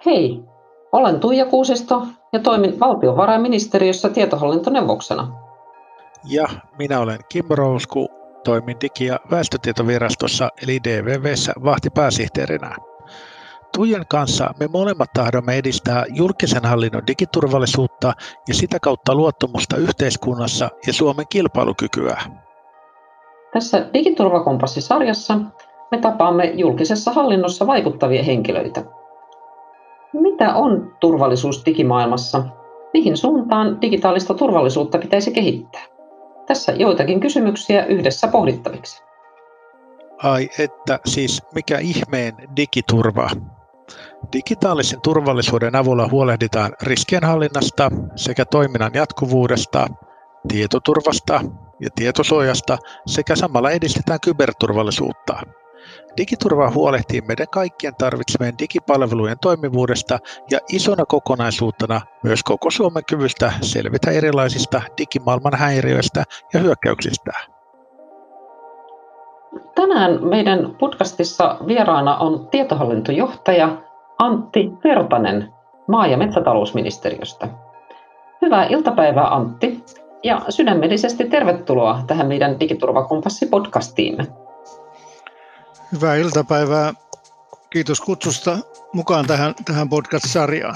Hei, olen Tuija Kuusisto ja toimin valtiovarainministeriössä tietohallintoneuvoksena. Ja minä olen Kimmo Rousku, toimin Digi- ja väestötietovirastossa eli DVV:ssä vahtipääsihteerinä. Tuijan kanssa me molemmat tahdomme edistää julkisen hallinnon digiturvallisuutta ja sitä kautta luottamusta yhteiskunnassa ja Suomen kilpailukykyä. Tässä Digiturvakompassi-sarjassa me tapaamme julkisessa hallinnossa vaikuttavia henkilöitä. Mitä on turvallisuus digimaailmassa? Mihin suuntaan digitaalista turvallisuutta pitäisi kehittää? Tässä joitakin kysymyksiä yhdessä pohdittaviksi. Ai että, siis mikä ihmeen digiturva? Digitaalisen turvallisuuden avulla huolehditaan riskienhallinnasta sekä toiminnan jatkuvuudesta, tietoturvasta ja tietosuojasta sekä samalla edistetään kyberturvallisuutta. Digiturva huolehtii meidän kaikkien tarvitsemien digipalvelujen toimivuudesta ja isona kokonaisuutena myös koko Suomen kyvystä selvitä erilaisista digimaailman häiriöistä ja hyökkäyksistä. Tänään meidän podcastissa vieraana on tietohallintojohtaja Antti Virtanen maa- ja metsätalousministeriöstä. Hyvää iltapäivää Antti ja sydämellisesti tervetuloa tähän meidän Digiturvakompassi-podcastiimme. Hyvää iltapäivää. Kiitos kutsusta mukaan tähän podcast-sarjaan.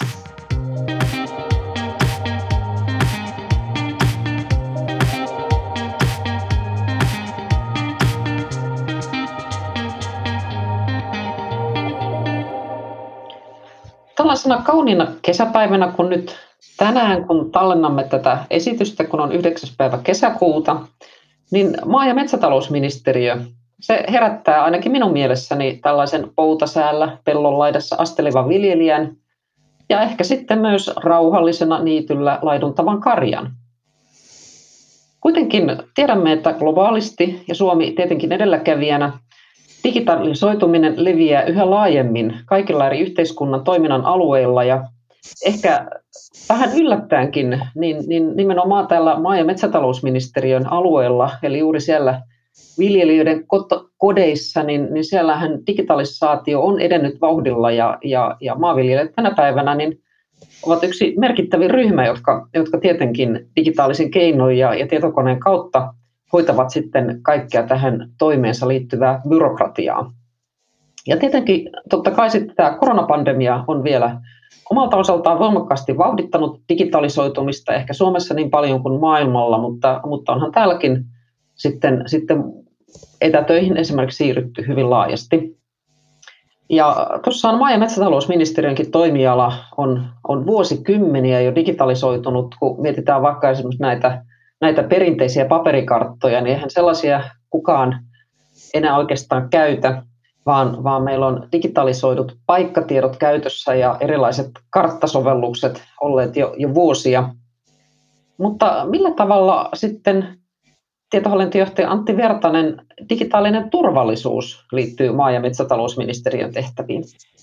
Tällaisena kauniina kesäpäivänä, kun nyt tänään, kun tallennamme tätä esitystä, kun on 9. päivä kesäkuuta, niin maa- ja metsätalousministeriö, se herättää ainakin minun mielessäni tällaisen poutasäällä pellonlaidassa astelevan viljelijän ja ehkä sitten myös rauhallisena niityllä laiduntavan karjan. Kuitenkin tiedämme, että globaalisti ja Suomi tietenkin edelläkävijänä digitalisoituminen leviää yhä laajemmin kaikilla eri yhteiskunnan toiminnan alueilla ja ehkä vähän yllättäenkin niin nimenomaan täällä maa- ja metsätalousministeriön alueella, eli juuri siellä viljelijöiden kodeissa, niin siellähän digitalisaatio on edennyt vauhdilla ja maanviljelijät tänä päivänä niin ovat yksi merkittävin ryhmä, jotka tietenkin digitaalisen keinoin ja tietokoneen kautta hoitavat sitten kaikkea tähän toimeensa liittyvää byrokratiaa. Ja tietenkin totta kai sitten tämä koronapandemia on vielä omalta osaltaan voimakkaasti vauhdittanut digitalisoitumista, ehkä Suomessa niin paljon kuin maailmalla, mutta onhan täälläkin sitten etätöihin esimerkiksi siirrytty hyvin laajasti. Ja tuossa maa- ja metsätalousministeriönkin toimiala on vuosikymmeniä jo digitalisoitunut, kun mietitään vaikka esimerkiksi näitä perinteisiä paperikarttoja, niin eihän sellaisia kukaan enää oikeastaan käytä, vaan meillä on digitalisoidut paikkatiedot käytössä ja erilaiset karttasovellukset olleet jo vuosia. Mutta millä tavalla sitten tietohallintojohtaja Antti Virtanen digitaalinen turvallisuus liittyy maa- ja metsätalousministeriön tehtäviin?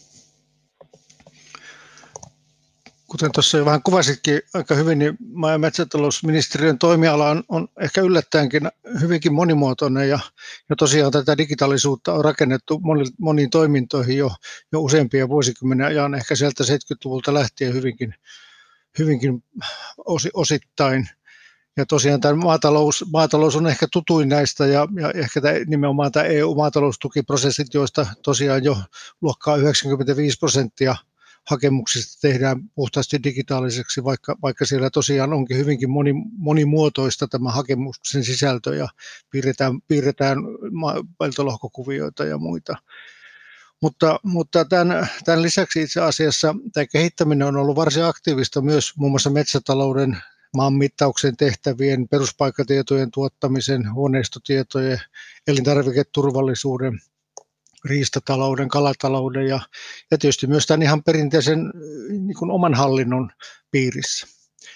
Kuten tuossa jo vähän kuvasitkin aika hyvin, niin maa- ja metsätalousministeriön toimiala on ehkä yllättäenkin hyvinkin monimuotoinen ja tosiaan tätä digitaalisuutta on rakennettu moniin toimintoihin jo useampia vuosikymmenen ajan, ehkä sieltä 70-luvulta lähtien hyvinkin osittain. Ja tosiaan tämä maatalous on ehkä tutuin näistä ja ehkä nimenomaan tämä EU-maataloustukiprosessit, joista tosiaan jo luokkaa 95% hakemuksista tehdään puhtaasti digitaaliseksi, vaikka siellä tosiaan onkin hyvinkin monimuotoista tämä hakemuksen sisältö ja piirretään peltolohkokuvioita ja muita. Mutta tämän lisäksi itse asiassa tämä kehittäminen on ollut varsin aktiivista myös muun muassa metsätalouden, maanmittauksen tehtävien, peruspaikkatietojen tuottamisen, huoneistotietojen, elintarviketurvallisuuden, riistatalouden, kalatalouden ja tietysti myös tämän ihan perinteisen niin kuin oman hallinnon piirissä.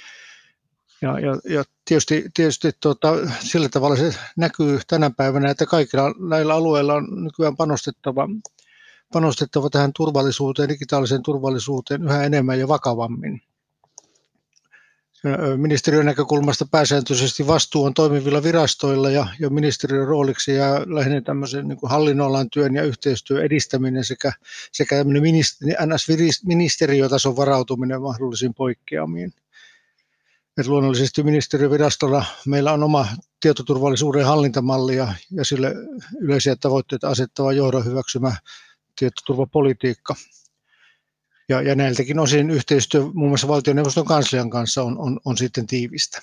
Ja tietysti sillä tavalla se näkyy tänä päivänä, että kaikilla näillä alueilla on nykyään panostettava tähän turvallisuuteen, digitaaliseen turvallisuuteen yhä enemmän ja vakavammin. Ministeriön näkökulmasta pääsääntöisesti vastuu on toimivilla virastoilla ja ministeriön rooliksi jää lähinnä tämmöisen niin kuin hallinnonalan työn ja yhteistyön edistäminen sekä tämmöinen ministeriötason varautuminen mahdollisiin poikkeamiin. Et luonnollisesti ministeriövirastolla meillä on oma tietoturvallisuuden hallintamalli ja sille yleisiä tavoitteita asettava johdon hyväksymä tietoturvapolitiikka. Ja näiltäkin osin yhteistyö muun muassa valtioneuvoston kanslian kanssa on sitten tiivistä.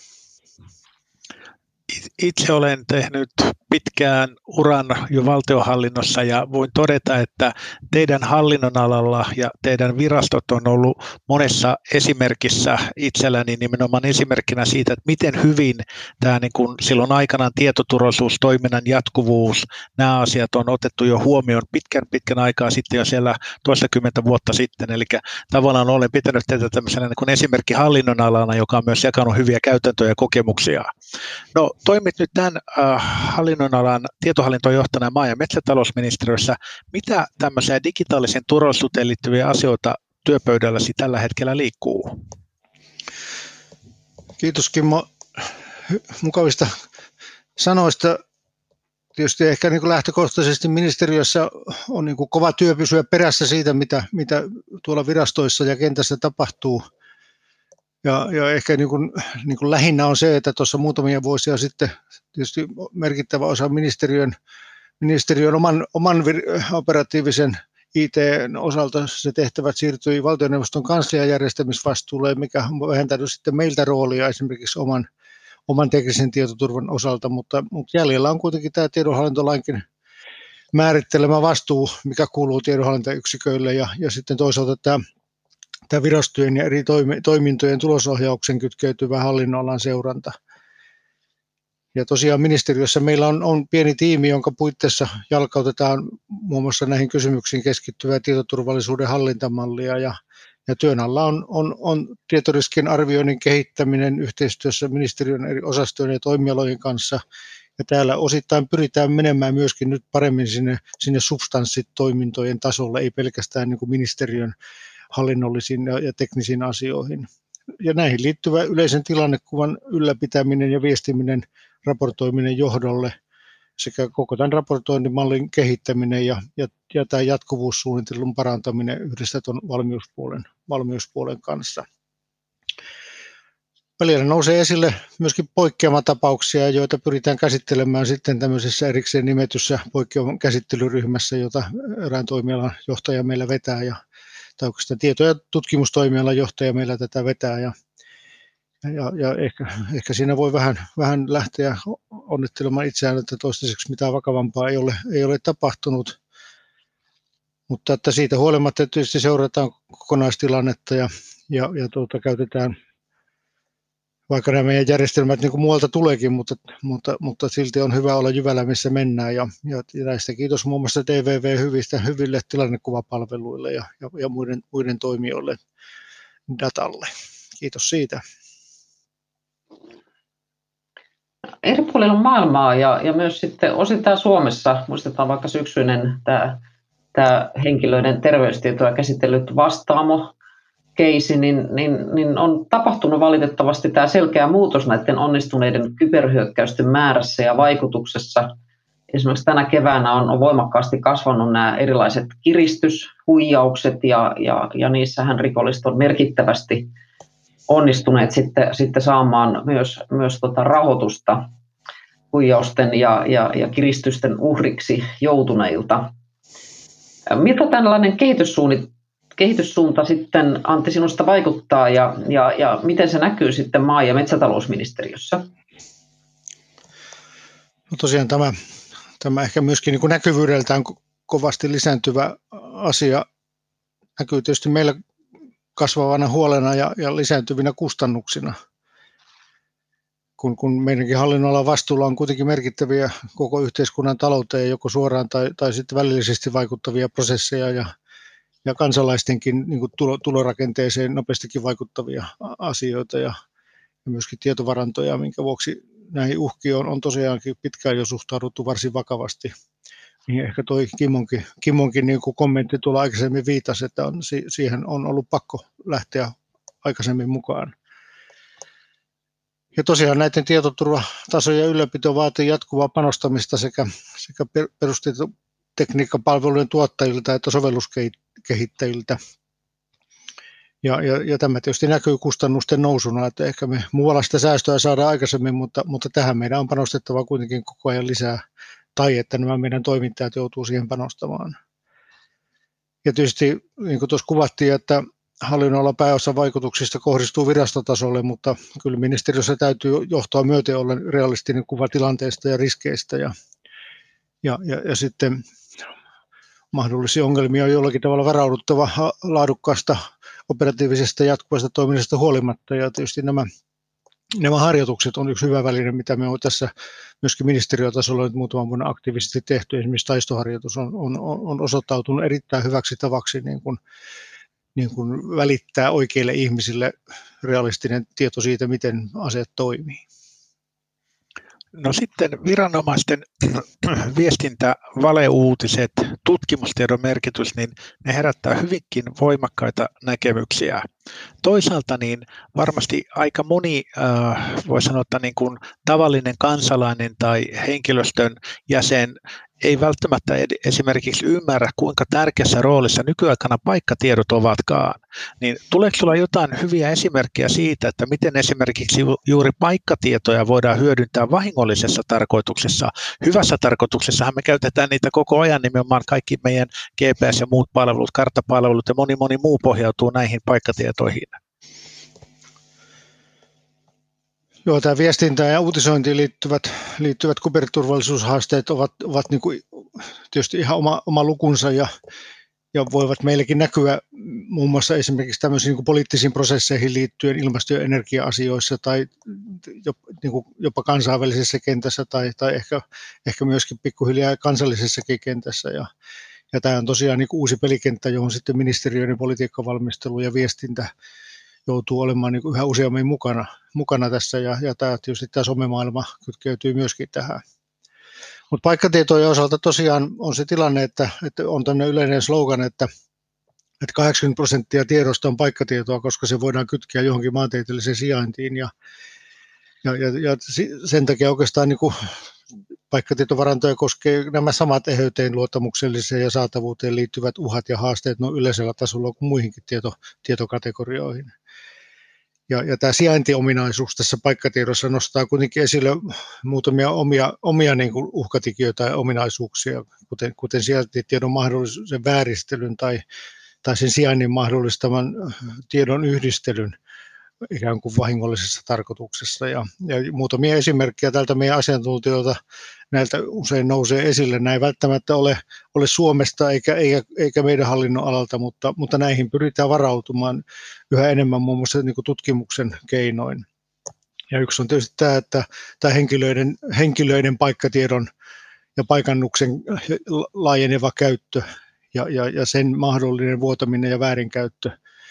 Itse olen tehnyt pitkään uran jo valtionhallinnossa ja voin todeta, että teidän hallinnonalalla ja teidän virastot on ollut monessa esimerkissä itselläni nimenomaan esimerkkinä siitä, että miten hyvin tämä niin kuin silloin aikanaan tietoturvallisuus, toiminnan jatkuvuus, nämä asiat on otettu jo huomioon pitkän aikaa sitten jo siellä toistakymmentä vuotta sitten. Eli tavallaan olen pitänyt tätä tämmöisenä niin kuin esimerkki hallinnonalana, joka on myös jakanut hyviä käytäntöjä ja kokemuksia. No, toimit nyt tämän hallinnonalan tietohallintojohtajana maa- ja metsätalousministeriössä. Mitä tämmöisiä digitaalisen turvallisuuteen liittyviä asioita työpöydälläsi tällä hetkellä liikkuu? Kiitos Kimmo mukavista sanoista. Tietysti ehkä niin kuin lähtökohtaisesti ministeriössä on niin kuin kova työ pysyä perässä siitä, mitä tuolla virastoissa ja kentässä tapahtuu. Ja ehkä niin kuin lähinnä on se, että tuossa muutamia vuosia sitten tietysti merkittävä osa ministeriön oman operatiivisen IT-osalta se tehtävät siirtyi valtioneuvoston kanslian järjestämisvastuulle, mikä on vähentänyt sitten meiltä roolia esimerkiksi oman teknisen tietoturvan osalta, mutta jäljellä on kuitenkin tämä tiedonhallintolainkin määrittelemä vastuu, mikä kuuluu tiedonhallintajyksiköille ja sitten toisaalta tämä virastojen ja eri toimintojen tulosohjauksen kytkeytyvä hallinnonalan seuranta. Ja tosiaan ministeriössä meillä on pieni tiimi, jonka puitteissa jalkautetaan muun muassa näihin kysymyksiin keskittyvää tietoturvallisuuden hallintamallia ja työn alla on tietoriskin arvioinnin kehittäminen yhteistyössä ministeriön eri osastojen ja toimialojen kanssa. Ja täällä osittain pyritään menemään myöskin nyt paremmin sinne substanssitoimintojen tasolle, ei pelkästään niin kuin ministeriön hallinnollisiin ja teknisiin asioihin. Ja näihin liittyvä yleisen tilannekuvan ylläpitäminen ja viestiminen, raportoiminen johdolle sekä koko tämän raportointimallin kehittäminen ja tämä jatkuvuussuunnittelun parantaminen yhdessä tuon valmiuspuolen kanssa. Välillä nousee esille myöskin poikkeamatapauksia, joita pyritään käsittelemään sitten tämmöisessä erikseen nimetyssä poikkeaman käsittelyryhmässä, jota erään toimialan johtaja meillä vetää tai oikeastaan tieto- ja tutkimustoimialan johtaja meillä tätä vetää ja ehkä siinä voi vähän lähteä onnittelemaan itseään, että toistaiseksi mitään vakavampaa ei ole tapahtunut, mutta että siitä huolimatta tietysti seurataan kokonaistilannetta ja käytetään, vaikka nämä meidän järjestelmät niin kuin muualta tuleekin, mutta silti on hyvä olla jyvällä, missä mennään. Ja näistä kiitos muun muassa DVV hyville tilannekuvapalveluille ja muiden toimijoille datalle. Kiitos siitä. Eri puolilla maailmaa ja myös sitten osittain Suomessa, muistetaan vaikka syksyinen tämä henkilöiden terveystietoja käsitellyt Vastaamo-keisi, niin on tapahtunut valitettavasti tämä selkeä muutos näiden onnistuneiden kyberhyökkäysten määrässä ja vaikutuksessa. Esimerkiksi tänä keväänä on voimakkaasti kasvanut nämä erilaiset kiristyshuijaukset ja niissähän rikolliset on merkittävästi onnistuneet sitten saamaan myös rahoitusta huijausten ja kiristysten uhriksi joutuneilta. Miltä tällainen kehityssuunta sitten, Antti, sinusta vaikuttaa ja miten se näkyy sitten maa- ja metsätalousministeriössä? No tosiaan tämä ehkä myöskin niin kuin näkyvyydeltään kovasti lisääntyvä asia näkyy tietysti meillä kasvavana huolena ja lisääntyvinä kustannuksina. Kun meidänkin hallinnonalan vastuulla on kuitenkin merkittäviä koko yhteiskunnan talouteen joko suoraan tai sitten välillisesti vaikuttavia prosesseja ja kansalaistenkin niin kuin tulorakenteeseen nopeastikin vaikuttavia asioita ja myöskin tietovarantoja, minkä vuoksi näihin uhkiin on tosiaankin pitkään jo suhtauduttu varsin vakavasti. Niin ehkä toi Kimmonkin niin kuin kommentti tuolla aikaisemmin viitasi, että siihen on ollut pakko lähteä aikaisemmin mukaan. Ja tosiaan näiden tietoturvatasojen ylläpito vaatii jatkuvaa panostamista sekä perustietotekniikkapalvelujen tuottajilta että sovelluskehittäjiltä. Ja tämä tietysti näkyy kustannusten nousuna, että ehkä me muualla sitä säästöä saadaan aikaisemmin, mutta tähän meidän on panostettava kuitenkin koko ajan lisää, tai että nämä meidän toimittajat joutuu siihen panostamaan. Ja tietysti, niin kuin tuossa kuvattiin, että hallinnolla pääosa vaikutuksista kohdistuu virastotasolle, mutta kyllä ministeriössä täytyy johtaa myöten olla realistinen kuva tilanteesta ja riskeistä, ja sitten mahdollisia ongelmia on jollakin tavalla varauduttava laadukkaasta operatiivisesta jatkuvasta toiminnasta huolimatta, ja tietysti nämä harjoitukset on yksi hyvä väline, mitä me on tässä myöskin ministeriötasolla nyt muutaman vuonna aktiivisesti tehty. Esimerkiksi taistoharjoitus on osoittautunut erittäin hyväksi tavaksi niin kuin välittää oikeille ihmisille realistinen tieto siitä, miten aseet toimii. No sitten viranomaisten viestintä, valeuutiset, tutkimustiedon merkitys, niin ne herättää hyvinkin voimakkaita näkemyksiä. Toisaalta niin varmasti aika moni, voi sanoa, että niin kuin tavallinen kansalainen tai henkilöstön jäsen ei välttämättä esimerkiksi ymmärrä, kuinka tärkeässä roolissa nykyaikana paikkatiedot ovatkaan. Niin tuleeko sinulla jotain hyviä esimerkkejä siitä, että miten esimerkiksi juuri paikkatietoja voidaan hyödyntää vahingollisessa tarkoituksessa? Hyvässä tarkoituksessahan me käytetään niitä koko ajan, nimenomaan kaikki meidän GPS ja muut palvelut, karttapalvelut ja moni muu pohjautuu näihin paikkatietoihin. Joo, tämä viestintään ja uutisointiin liittyvät kyberturvallisuushaasteet ovat niin kuin tietysti ihan oma lukunsa ja voivat meillekin näkyä muun muassa esimerkiksi tämmöisiin niin kuin poliittisiin prosesseihin liittyen ilmasto- ja energia-asioissa tai jopa kansainvälisessä kentässä tai ehkä myöskin pikkuhiljaa kansallisessakin kentässä. Ja tämä on tosiaan niin kuin uusi pelikenttä, johon sitten ministeriöiden politiikkavalmistelu ja viestintä joutuu olemaan niin kuin yhä useammin mukana tässä, ja tietysti tämä somemaailma kytkeytyy myöskin tähän. Mutta paikkatietojen osalta tosiaan on se tilanne, että on tämmöinen yleinen slogan, että 80% tiedosta on paikkatietoa, koska se voidaan kytkeä johonkin maantieteelliseen sijaintiin, ja sen takia oikeastaan niin kuin paikkatietovarantoja koskee nämä samat eheyteen, luottamukselliseen ja saatavuuteen liittyvät uhat ja haasteet yleisellä tasolla kuin muihinkin tietokategorioihin. Ja tämä sijaintiominaisuus tässä paikkatiedossa nostaa kuitenkin esille muutamia omia niin kuin uhkatekijöitä ja ominaisuuksia, kuten sijaintitiedon mahdollisen vääristelyn tai sen sijainnin mahdollistaman tiedon yhdistelyn ikään kuin vahingollisessa tarkoituksessa. Ja muutamia esimerkkejä tältä meidän asiantuntijoilta näiltä usein nousee esille. Nämä ei välttämättä ole Suomesta eikä meidän hallinnon alalta, mutta näihin pyritään varautumaan yhä enemmän muun muassa niin kuin tutkimuksen keinoin. Ja yksi on tietysti tämä, että tämä henkilöiden paikkatiedon ja paikannuksen laajeneva käyttö ja sen mahdollinen vuotaminen ja väärinkäyttö.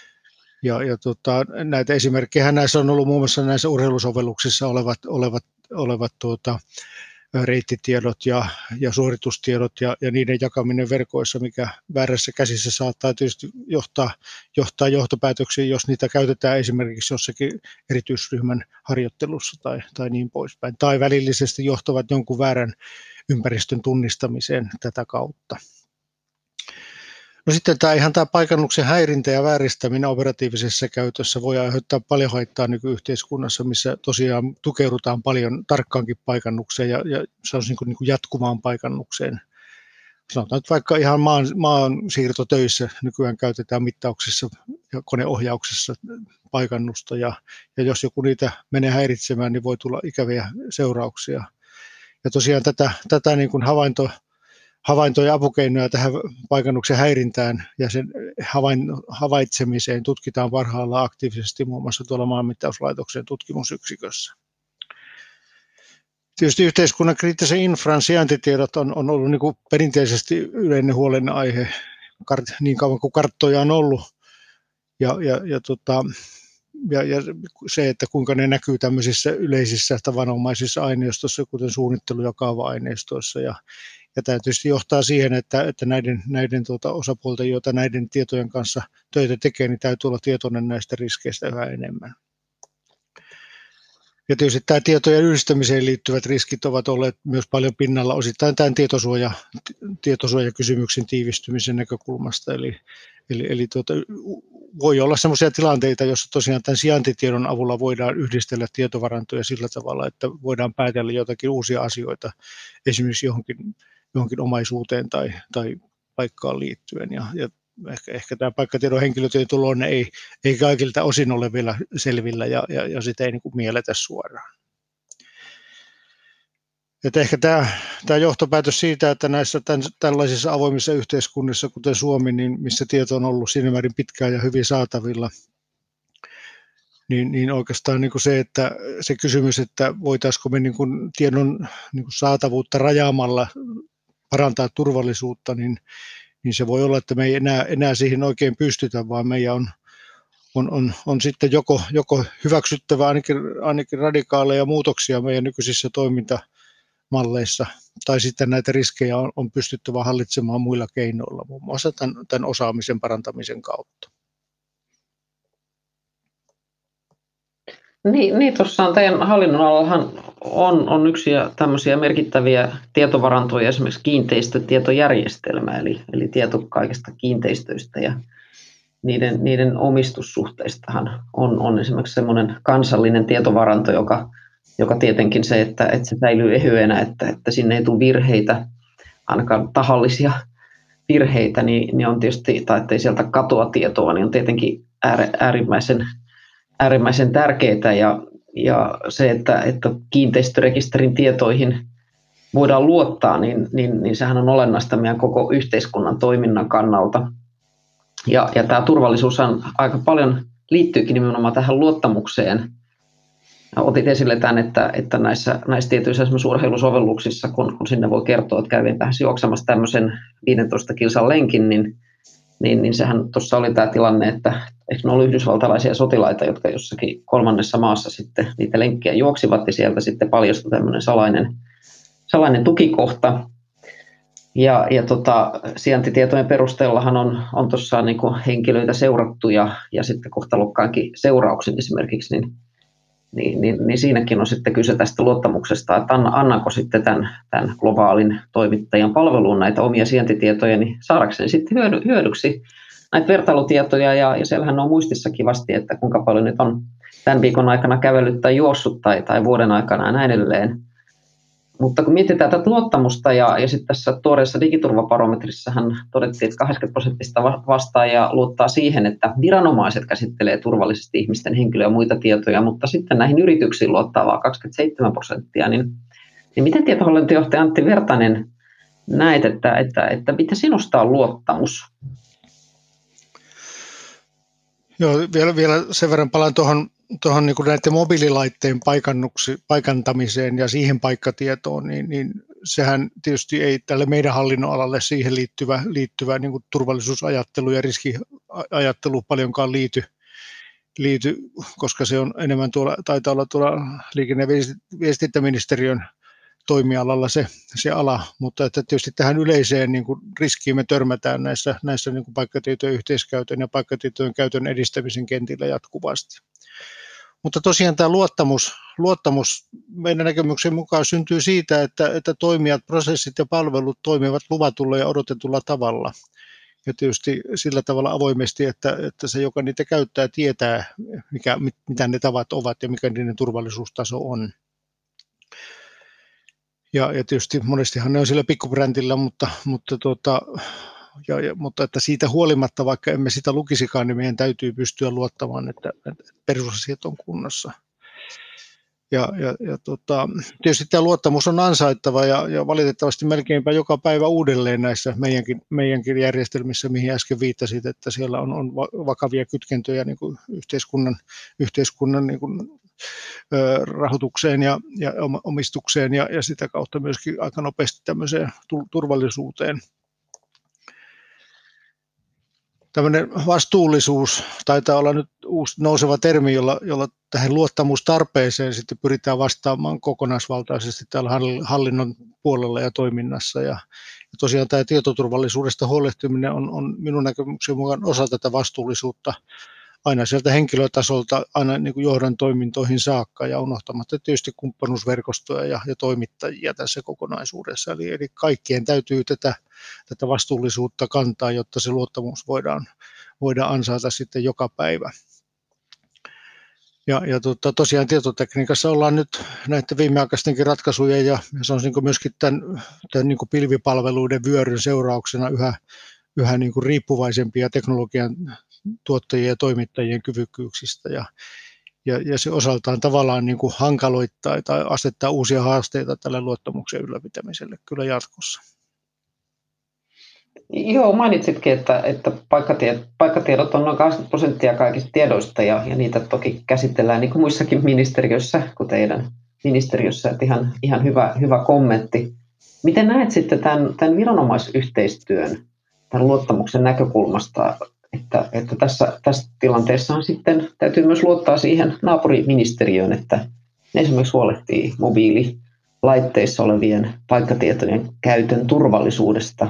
Näitä esimerkkejä näissä on ollut muun muassa näissä urheilusovelluksissa olevat reittitiedot ja suoritustiedot ja niiden jakaminen verkoissa, mikä väärässä käsissä saattaa tietysti johtaa johtopäätöksiin, jos niitä käytetään esimerkiksi jossakin erityisryhmän harjoittelussa tai niin poispäin. Tai välillisesti johtavat jonkun väärän ympäristön tunnistamiseen tätä kautta. No sitten tämä paikannuksen häirintä ja vääristäminen operatiivisessa käytössä voi aiheuttaa paljon haittaa nykyyhteiskunnassa, missä tosiaan tukeudutaan paljon tarkkaankin paikannukseen ja se on niin kuin jatkuvaan paikannukseen. Sanotaan, että vaikka ihan maansiirtotöissä nykyään käytetään mittauksissa ja koneohjauksessa paikannusta ja jos joku niitä menee häiritsemään, niin voi tulla ikäviä seurauksia. Ja tosiaan tätä niin kuin havainto- ja apukeinoja tähän paikannuksen häirintään ja sen havaitsemiseen tutkitaan parhaillaan aktiivisesti muun muassa tuolla Maanmittauslaitoksen tutkimusyksikössä. Tietysti yhteiskunnan kriittisen infran sijaintitiedot on ollut niin kuin perinteisesti yleinen huolenaihe niin kauan kuin karttoja on ollut. Ja se, että kuinka ne näkyy tämmöisissä yleisissä tavanomaisissa aineistoissa, kuten suunnittelu- ja kaava-aineistoissa. Ja tämä tietysti johtaa siihen, että näiden osapuolten, joita näiden tietojen kanssa töitä tekee, niin täytyy olla tietoinen näistä riskeistä yhä enemmän. Ja tietysti tämä tietojen yhdistämiseen liittyvät riskit ovat olleet myös paljon pinnalla osittain tämän tietosuojakysymyksen tiivistymisen näkökulmasta. Eli voi olla sellaisia tilanteita, joissa tosiaan tämän sijaintitiedon avulla voidaan yhdistellä tietovarantoja sillä tavalla, että voidaan päätellä jotakin uusia asioita esimerkiksi johonkin omaisuuteen tai paikkaan liittyen. Ja ehkä tämä paikkatiedon henkilötietoluonne ei kaikilta osin ole vielä selvillä ja sitä ei niin kuin mielletä suoraan. Että ehkä tämä johtopäätös siitä, että näissä tällaisissa avoimissa yhteiskunnissa, kuten Suomi, niin missä tieto on ollut siinä määrin pitkään ja hyvin saatavilla, niin oikeastaan niin kuin se kysymys, että voitaisiinko me niin kuin tiedon niin kuin saatavuutta rajaamalla parantaa turvallisuutta, niin se voi olla, että me ei enää siihen oikein pystytä, vaan meidän on sitten joko hyväksyttävä ainakin radikaaleja muutoksia meidän nykyisissä toimintamalleissa, tai sitten näitä riskejä on pystyttävä hallitsemaan muilla keinoilla, muun muassa tämän osaamisen parantamisen kautta. Niin tuossa teidän hallinnonalallahan on yksi tämmöisiä merkittäviä tietovarantoja, esimerkiksi kiinteistötietojärjestelmä, eli tieto kaikista kiinteistöistä ja niiden omistussuhteistahan on esimerkiksi semmoinen kansallinen tietovaranto, joka tietenkin se, että se säilyy ehyenä, että sinne ei tule virheitä, ainakaan tahallisia virheitä, niin on tietysti, tai ettei sieltä katoa tietoa, niin on tietenkin äärimmäisen tärkeää ja se, että kiinteistörekisterin tietoihin voidaan luottaa, niin sehän on olennaista meidän koko yhteiskunnan toiminnan kannalta. Ja tämä turvallisuushan aika paljon liittyykin nimenomaan tähän luottamukseen. Otit esille tämän, että näissä tietyissä esimerkiksi urheilusovelluksissa, kun sinne voi kertoa, että kävin pääsi juoksemassa tämmöisen 15 kilsan lenkin, niin sehän tuossa oli tämä tilanne, että eikö ne ollut yhdysvaltalaisia sotilaita, jotka jossakin kolmannessa maassa sitten niitä lenkkejä juoksivat ja sieltä sitten paljastui tämmöinen salainen tukikohta. Ja sijaintitietojen perusteellahan on tuossa niin kuin henkilöitä seurattu ja sitten kohtalokkaankin seurauksin esimerkiksi, niin siinäkin on sitten kyse tästä luottamuksesta, että annanko sitten tämän globaalin toimittajan palveluun näitä omia sijaintitietoja, niin saadakseni sitten hyödyksi näitä vertailutietoja, ja siellähän on muistissakin vasti, että kuinka paljon nyt on tämän viikon aikana kävellyt tai juossut tai vuoden aikana ja näin edelleen. Mutta kun mietitään tätä luottamusta ja sitten tässä tuoreessa digiturvabarometrissahan todettiin, että 80% vastaajia luottaa siihen, että viranomaiset käsittelee turvallisesti ihmisten henkilö- ja muita tietoja, mutta sitten näihin yrityksiin luottaa vain 27%. Niin miten tietohallintojohtaja Antti Vertanen näet, että mitä sinusta on luottamus? Joo, vielä sen verran palaan tuohon niin kuin näiden mobiililaitteen paikantamiseen ja siihen paikkatietoon, niin sehän tietysti ei tälle meidän hallinnonalalle siihen liittyvä niin kuin turvallisuusajattelu ja riskiajattelu paljonkaan liity, koska se on enemmän taitaa olla tuolla liikenne- ja viestintäministeriön toimialalla se ala, mutta että tietysti tähän yleiseen niin kuin riskiin me törmätään näissä niin kuin paikkatietojen yhteiskäytön ja paikkatietojen käytön edistämisen kentillä jatkuvasti. Mutta tosiaan tämä luottamus meidän näkemyksen mukaan syntyy siitä, että toimijat, prosessit ja palvelut toimivat luvatulla ja odotetulla tavalla. Ja tietysti sillä tavalla avoimesti, että se, joka niitä käyttää, tietää, mitä ne tavat ovat ja mikä niiden turvallisuustaso on. Ja tietysti monestihan ne on sillä pikkubrändillä, mutta että siitä huolimatta, vaikka emme sitä lukisikaan, niin meidän täytyy pystyä luottamaan, että perusasiat on kunnossa. Tietysti tämä luottamus on ansaittava ja valitettavasti melkeinpä joka päivä uudelleen näissä meidänkin järjestelmissä, mihin äsken viittasit, että siellä on vakavia kytkentöjä niin kuin yhteiskunnan niin kuin rahoitukseen ja omistukseen ja sitä kautta myöskin aika nopeasti tämmöiseen turvallisuuteen. Tämmöinen vastuullisuus taitaa olla nyt uusi nouseva termi, jolla tähän luottamustarpeeseen sitten pyritään vastaamaan kokonaisvaltaisesti täällä hallinnon puolella ja toiminnassa. Ja tosiaan tämä tietoturvallisuudesta huolehtiminen on minun näkemyksen mukaan osa tätä vastuullisuutta aina sieltä henkilötasolta aina niin kuin johdon toimintoihin saakka ja unohtamatta tietysti kumppanuusverkostoja ja toimittajia tässä kokonaisuudessa. Eli kaikkien täytyy tätä vastuullisuutta kantaa, jotta se luottamus voidaan ansaita sitten joka päivä. Ja tosiaan tietotekniikassa ollaan nyt näiden viimeaikaistenkin ratkaisujen ja se on niin myöskin tämän niin kuin pilvipalveluiden vyöryn seurauksena yhä niin kuin riippuvaisempia teknologian tuottajien ja toimittajien kyvykkyyksistä ja se osaltaan tavallaan niin kuin hankaloittaa tai asettaa uusia haasteita tälle luottamuksen ylläpitämiselle kyllä jatkossa. Joo, mainitsitkin, että paikkatiedot on noin 20% kaikista tiedoista ja niitä toki käsitellään niin kuin muissakin ministeriöissä kuin teidän ministeriössä, että ihan hyvä kommentti. Miten näet sitten tämän viranomaisyhteistyön, tämän luottamuksen näkökulmasta, että tässä tilanteessa sitten täytyy myös luottaa siihen naapuriministeriöön, että ne esimerkiksi huolehtii mobiililaitteissa olevien paikkatietojen käytön turvallisuudesta?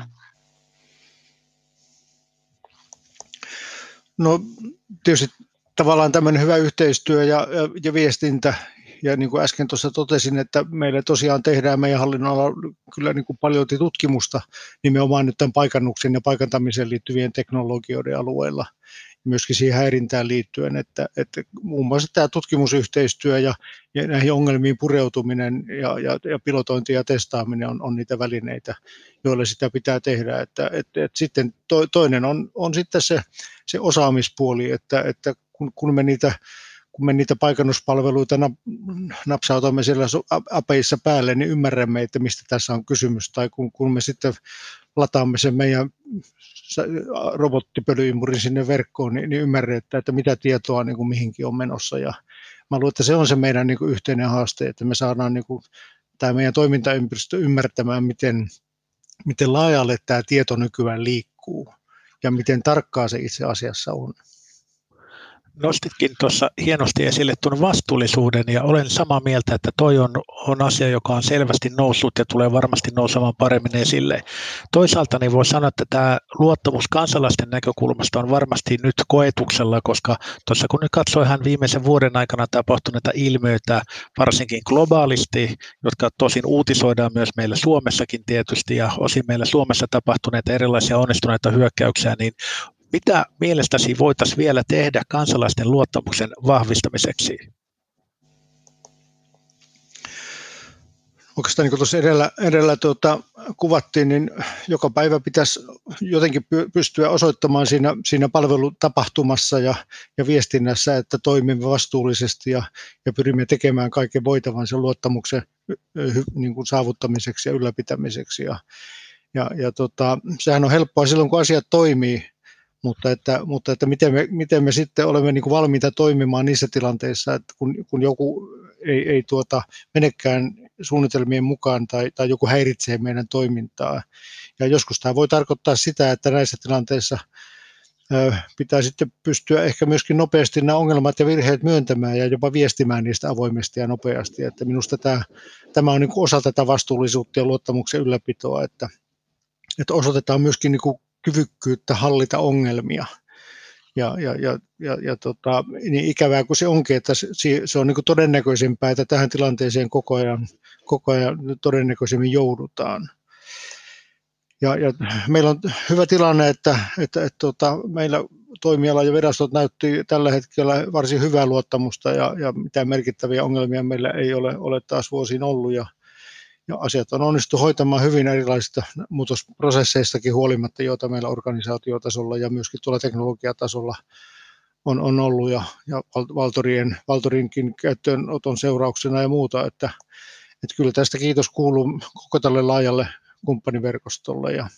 No tietysti tavallaan tämmöinen hyvä yhteistyö ja viestintä, ja niin kuin äsken tuossa totesin, että meillä tosiaan tehdään meidän hallinnonalalla kyllä niin kuin paljon tutkimusta nimenomaan nyt tämän paikannuksen ja paikantamiseen liittyvien teknologioiden alueella, myöskin siihen häirintään liittyen, että muun muassa tämä tutkimusyhteistyö ja näihin ongelmiin pureutuminen ja pilotointi ja testaaminen on niitä välineitä, joilla sitä pitää tehdä. Että sitten toinen on sitten se osaamispuoli, että kun me niitä paikannuspalveluita napsautamme siellä apeissa päälle, niin ymmärrämme, että mistä tässä on kysymys. Tai kun me sitten lataamme sen meidän robottipölyimmurin sinne verkkoon, niin ymmärretään, että mitä tietoa niin kuin mihinkin on menossa. Ja mä luulen, että se on se meidän niin kuin yhteinen haaste, että me saadaan niin kuin tämä meidän toimintaympäristö ymmärtämään, miten laajalle tämä tieto nykyään liikkuu ja miten tarkkaa se itse asiassa on. Nostitkin tuossa hienosti esille tuon vastuullisuuden ja olen samaa mieltä, että toi on asia, joka on selvästi noussut ja tulee varmasti nousemaan paremmin esille. Toisaalta niin voi sanoa, että tämä luottamus kansalaisten näkökulmasta on varmasti nyt koetuksella, koska tuossa kun nyt katsoo ihan viimeisen vuoden aikana tapahtuneita ilmiöitä, varsinkin globaalisti, jotka tosin uutisoidaan myös meillä Suomessakin tietysti ja osin meillä Suomessa tapahtuneita erilaisia onnistuneita hyökkäyksiä, niin mitä mielestäsi voitaisiin vielä tehdä kansalaisten luottamuksen vahvistamiseksi? Oikeastaan niin kuin tuossa edellä kuvattiin, niin joka päivä pitäisi jotenkin pystyä osoittamaan siinä palvelutapahtumassa ja viestinnässä, että toimimme vastuullisesti ja pyrimme tekemään kaiken voitavan sen luottamuksen niin kuin saavuttamiseksi ja ylläpitämiseksi. Sehän on helppoa silloin, kun asiat toimii. Mutta että miten me sitten olemme niin kuin valmiita toimimaan niissä tilanteissa, että kun joku ei menekään suunnitelmien mukaan tai joku häiritsee meidän toimintaa. Ja joskus tämä voi tarkoittaa sitä, että näissä tilanteissa pitää sitten pystyä ehkä myöskin nopeasti nämä ongelmat ja virheet myöntämään ja jopa viestimään niistä avoimesti ja nopeasti. Että minusta tämä on niin kuin osa tätä vastuullisuutta ja luottamuksen ylläpitoa, että osoitetaan myöskin niin kuin kyvykkyyttä hallita ongelmia. Niin ikävää kuin se onkin, että se on niin kuin todennäköisempää, että tähän tilanteeseen koko ajan todennäköisemmin joudutaan. Ja meillä on hyvä tilanne, että meillä toimiala ja virastot näytti tällä hetkellä varsin hyvää luottamusta ja mitään merkittäviä ongelmia meillä ei ole taas vuosiin ollut. Ja asiat on onnistu hoitamaan hyvin erilaisista muutosprosesseistakin huolimatta, joita meillä organisaatiotasolla ja myöskin tuolla teknologiatasolla on ollut ja Valtorinkin käyttöönoton seurauksena ja muuta, että kyllä tästä kiitos kuuluu koko tälle laajalle kumppaniverkostolle ja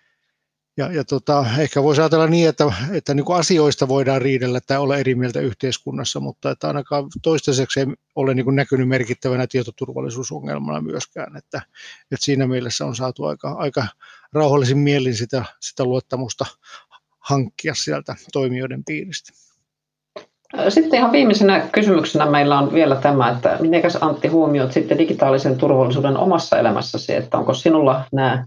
ehkä voisi ajatella niin, että niin kuin asioista voidaan riidellä tai olla eri mieltä yhteiskunnassa, mutta että ainakaan toistaiseksi ei ole niin kuin näkynyt merkittävänä tietoturvallisuusongelmana myöskään, että siinä mielessä on saatu aika rauhallisin mielin sitä luottamusta hankkia sieltä toimijoiden piiristä. Sitten ihan viimeisenä kysymyksenä meillä on vielä tämä, että mitenkäs Antti huomioit sitten digitaalisen turvallisuuden omassa elämässäsi, että onko sinulla nämä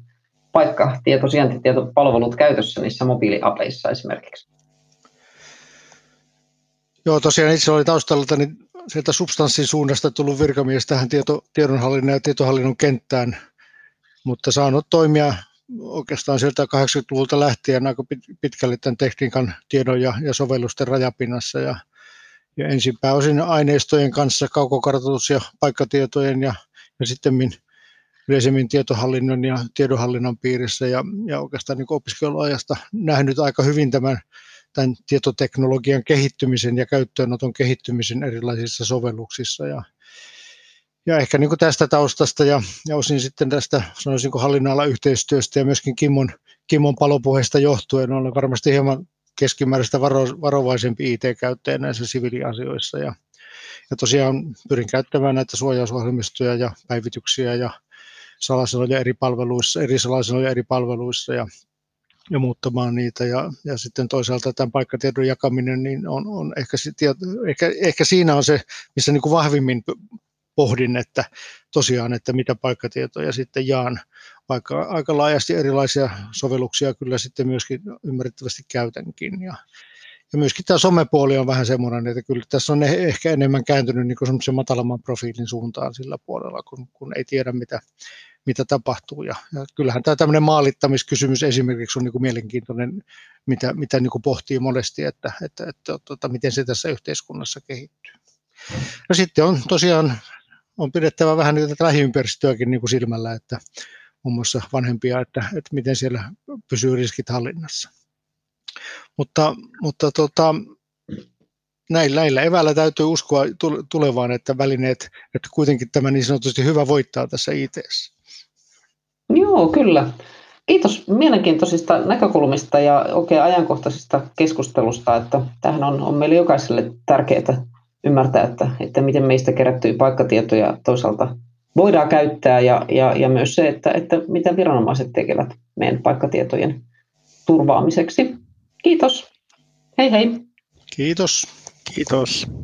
sijaintitietopalvelut käytössä niissä mobiiliapeissa esimerkiksi? Joo, tosiaan itse oli taustalta niin sieltä substanssin suunnasta tullut virkamies tähän tiedonhallinnan ja tietohallinnon kenttään, mutta saanut toimia oikeastaan sieltä 80-luvulta lähtien aika pitkälle tämän tekniikan, tiedon ja sovellusten rajapinnassa. Ja ensin pääosin aineistojen kanssa, kaukokartoitus- ja paikkatietojen ja sitten yleisemmin tietohallinnon ja tiedonhallinnan piirissä. Ja oikeastaan niin opiskeluajasta nähnyt aika hyvin tämän tietoteknologian kehittymisen ja käyttöönoton kehittymisen erilaisissa sovelluksissa. Ja ehkä niin kuin tästä taustasta ja osin sitten tästä sanoisinko hallinnonalan yhteistyöstä ja myöskin Kimmon palopuheesta johtuen olen varmasti hieman keskimääräistä varovaisempi IT-käyttäjä näissä siviiliasioissa. Ja tosiaan pyrin käyttämään näitä suojausohjelmistoja ja päivityksiä ja salasanoja eri salasanoja eri palveluissa ja muuttamaan niitä. Ja sitten toisaalta tämän paikkatiedon jakaminen niin on ehkä siinä on se, missä niin kuin vahvimmin pohdin, että tosiaan, että mitä paikkatietoja sitten jaan, vaikka aika laajasti erilaisia sovelluksia kyllä sitten myöskin ymmärrettävästi käytänkin. Ja myöskin tämä somepuoli on vähän semmoinen, että kyllä tässä on ehkä enemmän kääntynyt niin kuin semmoisen matalamman profiilin suuntaan sillä puolella, kun ei tiedä mitä tapahtuu. Ja kyllähän tämä tämmöinen maalittamiskysymys esimerkiksi on niin kuin mielenkiintoinen, mitä niin kuin pohtii monesti, että miten se tässä yhteiskunnassa kehittyy. Ja sitten on tosiaan pidettävä vähän tätä lähiympäristöäkin niin kuin silmällä, että muun muassa vanhempia, että miten siellä pysyy riskit hallinnassa. Mutta näillä eväillä täytyy uskoa tulevaan, että välineet, että kuitenkin tämä niin sanotusti hyvä voittaa tässä IT:ssä. Joo, kyllä. Kiitos mielenkiintoisista näkökulmista ja oikein ajankohtaisesta keskustelusta, että tämähän on meille jokaiselle tärkeää ymmärtää, että miten meistä kerättyjä paikkatietoja toisaalta voidaan käyttää ja myös se, että mitä viranomaiset tekevät meidän paikkatietojen turvaamiseksi. Kiitos. Hei hei. Kiitos. Kiitos.